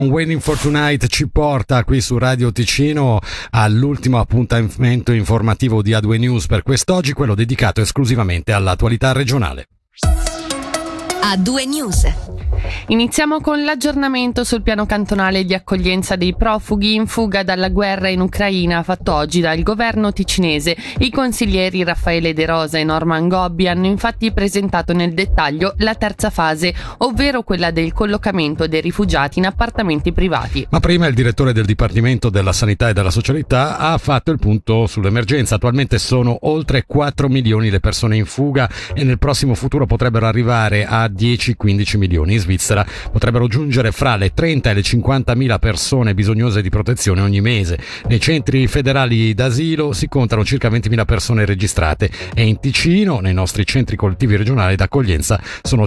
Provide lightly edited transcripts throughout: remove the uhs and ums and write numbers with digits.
Waiting for Tonight ci porta qui su Radio Ticino all'ultimo appuntamento informativo di A2 News per quest'oggi, quello dedicato esclusivamente all'attualità regionale. A2 News. Iniziamo con l'aggiornamento sul piano cantonale di accoglienza dei profughi in fuga dalla guerra in Ucraina fatto oggi dal governo ticinese. I consiglieri Raffaele De Rosa e Norman Gobbi hanno infatti presentato nel dettaglio la terza fase, ovvero quella del collocamento dei rifugiati in appartamenti privati. Ma prima il direttore del Dipartimento della Sanità e della Socialità ha fatto il punto sull'emergenza. Attualmente sono oltre 4 milioni le persone in fuga e nel prossimo futuro potrebbero arrivare a 10-15 milioni. In Svizzera potrebbero giungere fra le 30 e le 50.000 persone bisognose di protezione ogni mese. Nei centri federali d'asilo si contano circa 20.000 persone registrate e in Ticino, nei nostri centri collettivi regionali d'accoglienza, sono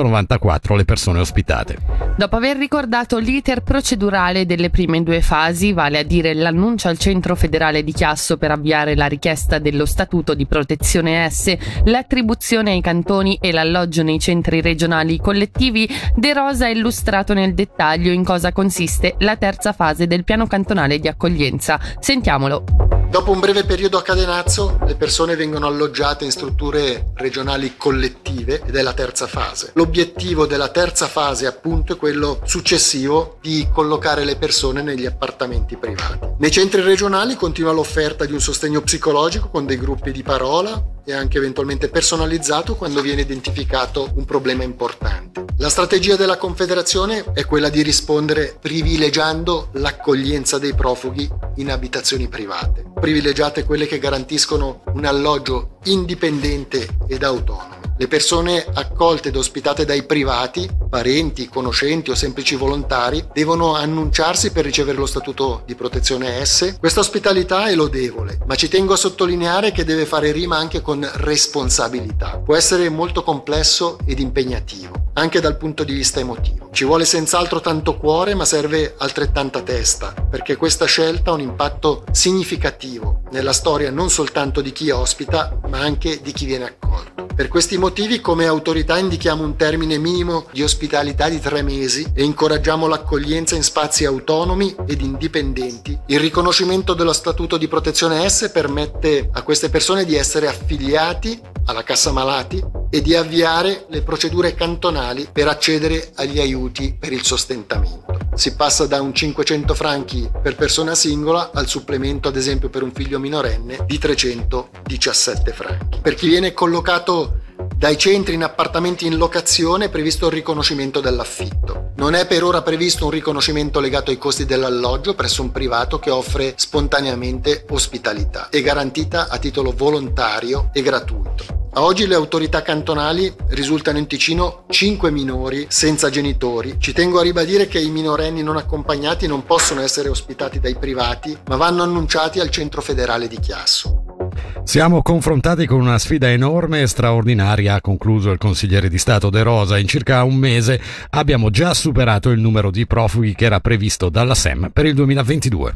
194 le persone ospitate. Dopo aver ricordato l'iter procedurale delle prime due fasi, vale a dire l'annuncio al Centro Federale di Chiasso per avviare la richiesta dello Statuto di Protezione S, l'attribuzione ai cantoni e l'alloggio nei centri regionali collettivi, De Rosa ha illustrato nel dettaglio in cosa consiste la terza fase del piano cantonale di accoglienza. Sentiamolo. Dopo un breve periodo a cadenazzo, le persone vengono alloggiate in strutture regionali collettive ed è la terza fase. L'obiettivo della terza fase, appunto, è quello successivo di collocare le persone negli appartamenti privati. Nei centri regionali continua l'offerta di un sostegno psicologico con dei gruppi di parola e anche eventualmente personalizzato quando viene identificato un problema importante. La strategia della Confederazione è quella di rispondere privilegiando l'accoglienza dei profughi in abitazioni private, privilegiate quelle che garantiscono un alloggio indipendente ed autonomo. Le persone accolte ed ospitate dai privati, parenti, conoscenti o semplici volontari, devono annunciarsi per ricevere lo statuto di protezione S. Questa ospitalità è lodevole, ma ci tengo a sottolineare che deve fare rima anche con responsabilità. Può essere molto complesso ed impegnativo, anche dal punto di vista emotivo. Ci vuole senz'altro tanto cuore, ma serve altrettanta testa, perché questa scelta ha un impatto significativo nella storia non soltanto di chi ospita, ma anche di chi viene accolto. Per questi motivi, come autorità, indichiamo un termine minimo di ospitalità di 3 mesi e incoraggiamo l'accoglienza in spazi autonomi ed indipendenti. Il riconoscimento dello statuto di protezione S permette a queste persone di essere affiliati alla Cassa Malati e di avviare le procedure cantonali per accedere agli aiuti per il sostentamento. Si passa da un 500 franchi per persona singola al supplemento, ad esempio per un figlio minorenne, di 317 franchi. Per chi viene collocato dai centri in appartamenti in locazione è previsto il riconoscimento dell'affitto. Non è per ora previsto un riconoscimento legato ai costi dell'alloggio presso un privato che offre spontaneamente ospitalità. È garantita a titolo volontario e gratuito. A oggi le autorità cantonali risultano in Ticino 5 minori senza genitori. Ci tengo a ribadire che i minorenni non accompagnati non possono essere ospitati dai privati, ma vanno annunciati al Centro Federale di Chiasso. Siamo confrontati con una sfida enorme e straordinaria, ha concluso il consigliere di Stato De Rosa. In circa un mese abbiamo già superato il numero di profughi che era previsto dalla SEM per il 2022.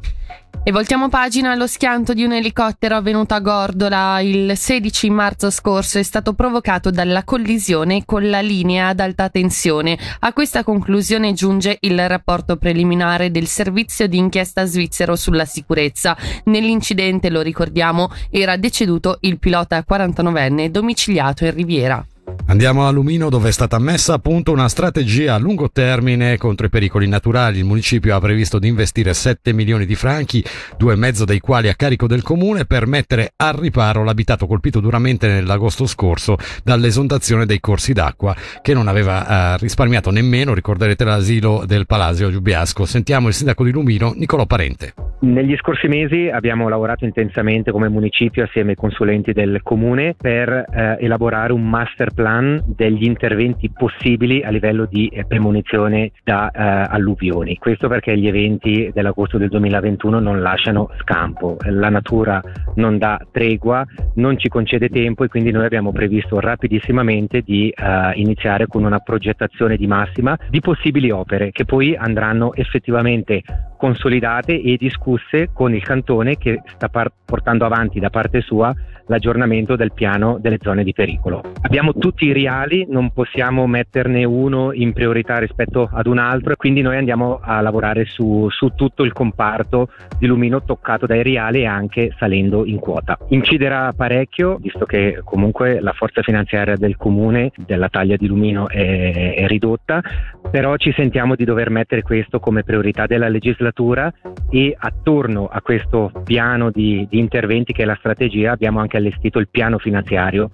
E voltiamo pagina. Lo schianto di un elicottero avvenuto a Gordola il 16 marzo scorso è stato provocato dalla collisione con la linea ad alta tensione. A questa conclusione giunge il rapporto preliminare del servizio di inchiesta svizzero sulla sicurezza. Nell'incidente, lo ricordiamo, era deceduto il pilota 49enne domiciliato in Riviera. Andiamo a Lumino, dove è stata messa a punto una strategia a lungo termine contro i pericoli naturali. Il municipio ha previsto di investire 7 milioni di franchi, 2,5 dei quali a carico del comune, per mettere al riparo l'abitato colpito duramente nell'agosto scorso dall'esondazione dei corsi d'acqua, che non aveva risparmiato nemmeno, ricorderete, l'asilo del Palasio Giubiasco. Sentiamo il sindaco di Lumino, Nicolò Parente. Negli scorsi mesi abbiamo lavorato intensamente come municipio assieme ai consulenti del comune per elaborare un master plan degli interventi possibili a livello di premonizione da alluvioni. Questo perché gli eventi dell'agosto del 2021 non lasciano scampo, la natura non dà tregua, non ci concede tempo, e quindi noi abbiamo previsto rapidissimamente di iniziare con una progettazione di massima di possibili opere che poi andranno effettivamente consolidate e discusse con il Cantone, che sta portando avanti da parte sua l'aggiornamento del piano delle zone di pericolo. Abbiamo tutti i riali, non possiamo metterne uno in priorità rispetto ad un altro, e quindi noi andiamo a lavorare su tutto il comparto di Lumino toccato dai riali, e anche salendo in quota. Inciderà parecchio, visto che comunque la forza finanziaria del comune della taglia di Lumino è ridotta, però ci sentiamo di dover mettere questo come priorità della legislatura, e attorno a questo piano di interventi, che è la strategia, abbiamo anche allestito il piano finanziario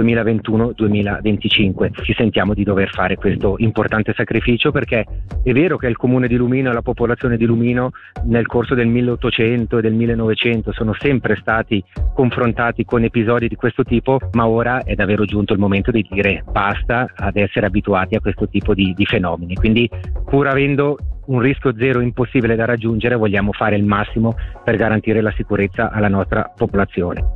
2021-2025. Ci sentiamo di dover fare questo importante sacrificio, perché è vero che il comune di Lumino e la popolazione di Lumino nel corso del 1800 e del 1900 sono sempre stati confrontati con episodi di questo tipo, ma ora è davvero giunto il momento di dire basta ad essere abituati a questo tipo di fenomeni. Quindi, pur avendo un rischio zero impossibile da raggiungere, vogliamo fare il massimo per garantire la sicurezza alla nostra popolazione.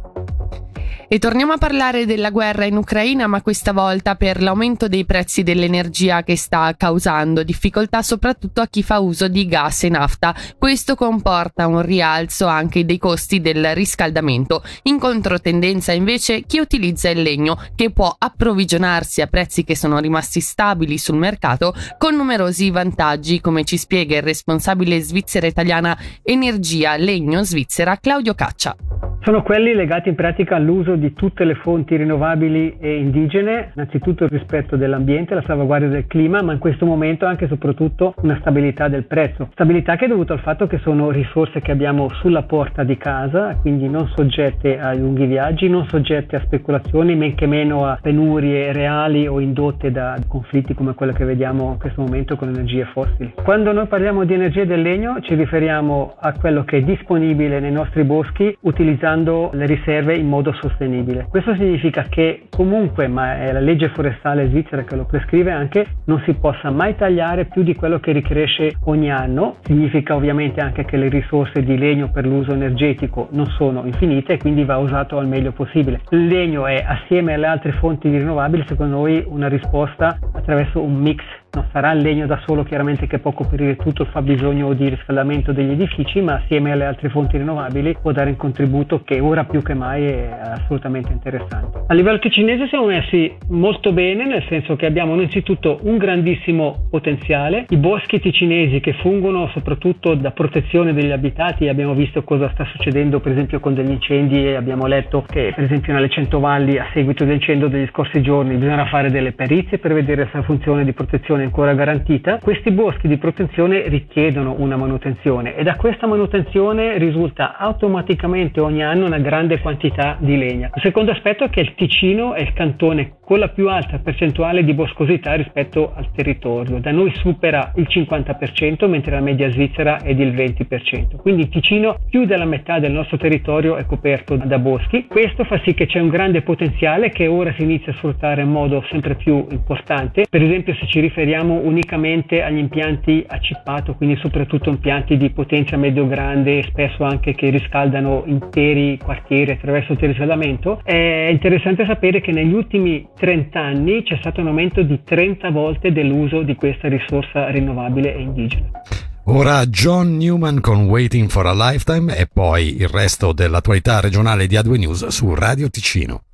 E torniamo a parlare della guerra in Ucraina, ma questa volta per l'aumento dei prezzi dell'energia che sta causando difficoltà soprattutto a chi fa uso di gas e nafta. Questo comporta un rialzo anche dei costi del riscaldamento. In controtendenza invece chi utilizza il legno, che può approvvigionarsi a prezzi che sono rimasti stabili sul mercato, con numerosi vantaggi, come ci spiega il responsabile svizzera italiana Energia Legno Svizzera Claudio Caccia. Sono quelli legati in pratica all'uso di tutte le fonti rinnovabili e indigene, innanzitutto il rispetto dell'ambiente, la salvaguardia del clima, ma in questo momento anche e soprattutto una stabilità del prezzo. Stabilità che è dovuta al fatto che sono risorse che abbiamo sulla porta di casa, quindi non soggette a lunghi viaggi, non soggette a speculazioni, men che meno a penurie reali o indotte da conflitti come quello che vediamo in questo momento con energie fossili. Quando noi parliamo di energia del legno ci riferiamo a quello che è disponibile nei nostri boschi utilizzando le riserve in modo sostenibile. Questo significa che comunque, ma è la legge forestale svizzera che lo prescrive anche, non si possa mai tagliare più di quello che ricresce ogni anno. Significa ovviamente anche che le risorse di legno per l'uso energetico non sono infinite e quindi va usato al meglio possibile. Il legno è, assieme alle altre fonti rinnovabili, secondo noi una risposta attraverso un mix. Non sarà il legno da solo, chiaramente, che può coprire tutto il fabbisogno di riscaldamento degli edifici, ma assieme alle altre fonti rinnovabili può dare un contributo che ora più che mai è assolutamente interessante. A livello ticinese siamo messi molto bene, nel senso che abbiamo innanzitutto un grandissimo potenziale. I boschi ticinesi, che fungono soprattutto da protezione degli abitati, abbiamo visto cosa sta succedendo per esempio con degli incendi, e abbiamo letto che per esempio nelle Centovalli, a seguito dell'incendio degli scorsi giorni, bisogna fare delle perizie per vedere se la funzione di protezione ancora garantita. Questi boschi di protezione richiedono una manutenzione, e da questa manutenzione risulta automaticamente ogni anno una grande quantità di legna. Il secondo aspetto è che il Ticino è il cantone con la più alta percentuale di boscosità rispetto al territorio. Da noi supera il 50%, mentre la media svizzera è del 20%. Quindi in Ticino più della metà del nostro territorio è coperto da boschi. Questo fa sì che c'è un grande potenziale che ora si inizia a sfruttare in modo sempre più importante. Per esempio, se ci riferiamo unicamente agli impianti a cippato, quindi soprattutto impianti di potenza medio-grande, spesso anche che riscaldano interi quartieri attraverso il teleriscaldamento, è interessante sapere che negli ultimi 30 anni c'è stato un aumento di 30 volte dell'uso di questa risorsa rinnovabile e indigena. Ora John Newman con Waiting for a Lifetime, e poi il resto dell'attualità regionale di A2 News su Radio Ticino.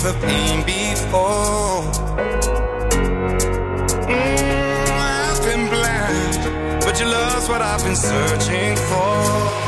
never been before. I've been blind, but your love's what I've been searching for.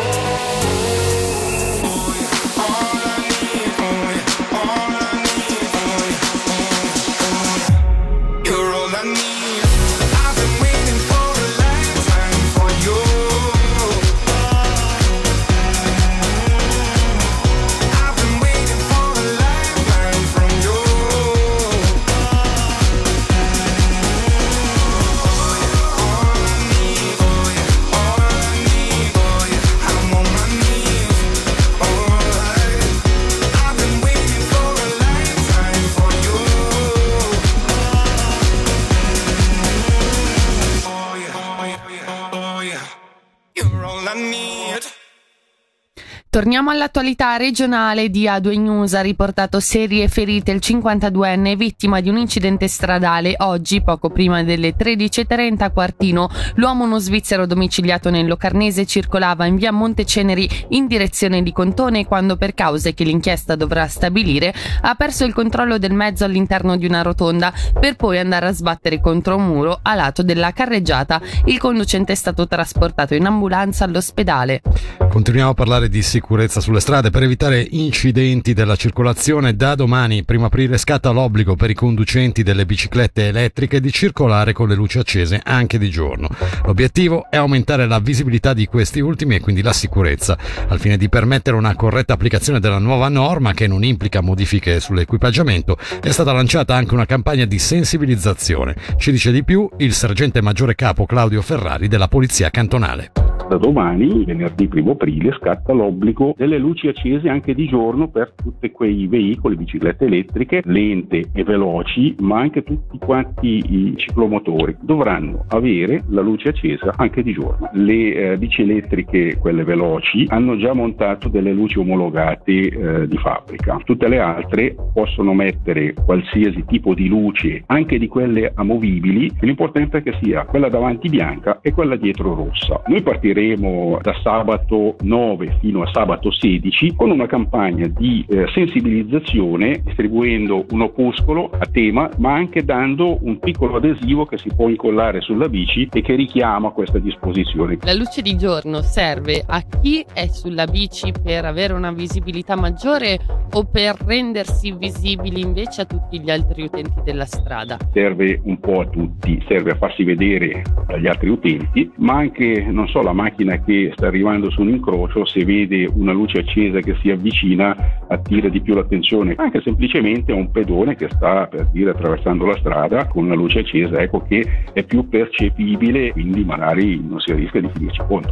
Torniamo all'attualità regionale. di A2 News ha riportato serie ferite il 52enne vittima di un incidente stradale. Oggi, poco prima delle 13:30 a Quartino, l'uomo, uno svizzero domiciliato nel Locarnese, circolava in via Monteceneri in direzione di Contone quando, per cause che l'inchiesta dovrà stabilire, ha perso il controllo del mezzo all'interno di una rotonda per poi andare a sbattere contro un muro a lato della carreggiata. Il conducente è stato trasportato in ambulanza all'ospedale. Continuiamo a parlare di sicurezza sulle strade. Per evitare incidenti della circolazione, da domani, 1 aprile, scatta l'obbligo per i conducenti delle biciclette elettriche di circolare con le luci accese anche di giorno. L'obiettivo è aumentare la visibilità di questi ultimi e quindi la sicurezza. Al fine di permettere una corretta applicazione della nuova norma, che non implica modifiche sull'equipaggiamento, è stata lanciata anche una campagna di sensibilizzazione. Ci dice di più il sergente maggiore capo Claudio Ferrari della Polizia Cantonale. Da domani, venerdì 1 aprile, scatta l'obbligo delle luci accese anche di giorno per tutti quei veicoli, biciclette elettriche, lente e veloci, ma anche tutti quanti i ciclomotori dovranno avere la luce accesa anche di giorno. Le bici elettriche, quelle veloci, hanno già montato delle luci omologate di fabbrica. Tutte le altre possono mettere qualsiasi tipo di luce, anche di quelle amovibili. L'importante è che sia quella davanti bianca e quella dietro rossa. Noi partiremo da sabato 9 fino a sabato 16 con una campagna di sensibilizzazione, distribuendo un opuscolo a tema, ma anche dando un piccolo adesivo che si può incollare sulla bici e che richiama questa disposizione. La luce di giorno serve a chi è sulla bici per avere una visibilità maggiore o per rendersi visibili invece a tutti gli altri utenti della strada? Serve un po' a tutti, serve a farsi vedere dagli altri utenti, ma anche, non so, la macchina che sta arrivando su un incrocio, se vede una luce accesa che si avvicina, attira di più l'attenzione. Anche semplicemente a un pedone che sta, per dire, attraversando la strada con una luce accesa, ecco che è più percepibile, quindi magari non si rischia di finirci conto.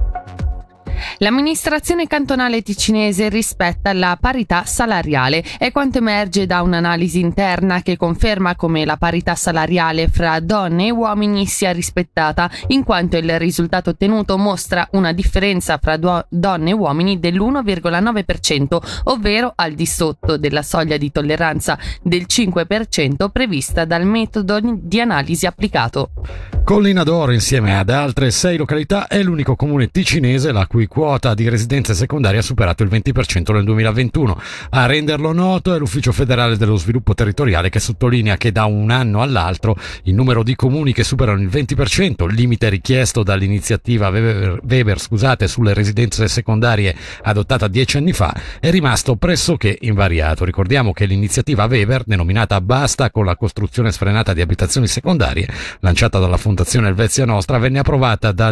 L'amministrazione cantonale ticinese rispetta la parità salariale. È quanto emerge da un'analisi interna che conferma come la parità salariale fra donne e uomini sia rispettata, in quanto il risultato ottenuto mostra una differenza fra donne e uomini dell'1,9%, ovvero al di sotto della soglia di tolleranza del 5% prevista dal metodo di analisi applicato. Collina d'Oro, insieme ad altre 6 località, è l'unico comune ticinese la cui quota di residenze secondarie ha superato il 20% nel 2021. A renderlo noto è l'Ufficio federale dello sviluppo territoriale, che sottolinea che da un anno all'altro il numero di comuni che superano il 20%, limite richiesto dall'iniziativa Weber sulle residenze secondarie adottata 10 anni fa, è rimasto pressoché invariato. Ricordiamo che l'iniziativa Weber, denominata Basta con la costruzione sfrenata di abitazioni secondarie, lanciata dalla Fondazione Helvetia Nostra, venne approvata dal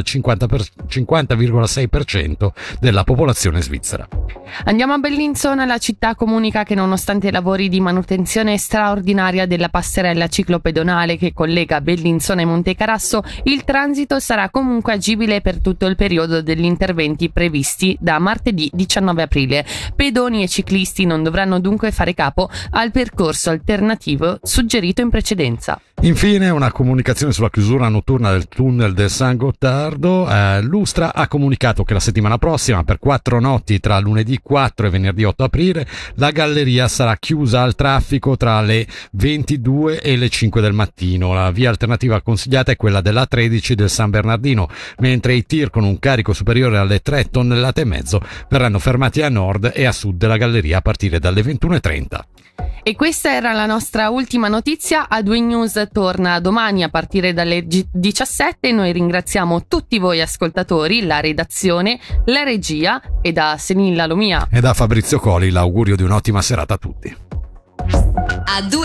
50,6% della popolazione svizzera. Andiamo a Bellinzona. La città comunica che nonostante i lavori di manutenzione straordinaria della passerella ciclopedonale che collega Bellinzona e Montecarasso, il transito sarà comunque agibile per tutto il periodo degli interventi previsti da martedì 19 aprile. Pedoni e ciclisti non dovranno dunque fare capo al percorso alternativo suggerito in precedenza. Infine, una comunicazione sulla chiusura notturna del tunnel del San Gottardo. L'Ustra ha comunicato che la settimana prossima, per 4 notti tra lunedì 4 e venerdì 8 aprile, la galleria sarà chiusa al traffico tra le 22 e le 5 del mattino. La via alternativa consigliata è quella della 13 del San Bernardino, mentre i tir con un carico superiore alle 3 tonnellate e mezzo verranno fermati a nord e a sud della galleria a partire dalle 21:30. E questa era la nostra ultima notizia. A2 News torna domani a partire dalle 17. Noi ringraziamo tutti voi ascoltatori, la redazione, la regia e da Senilla Lomia e da Fabrizio Coli l'augurio di un'ottima serata a tutti. A2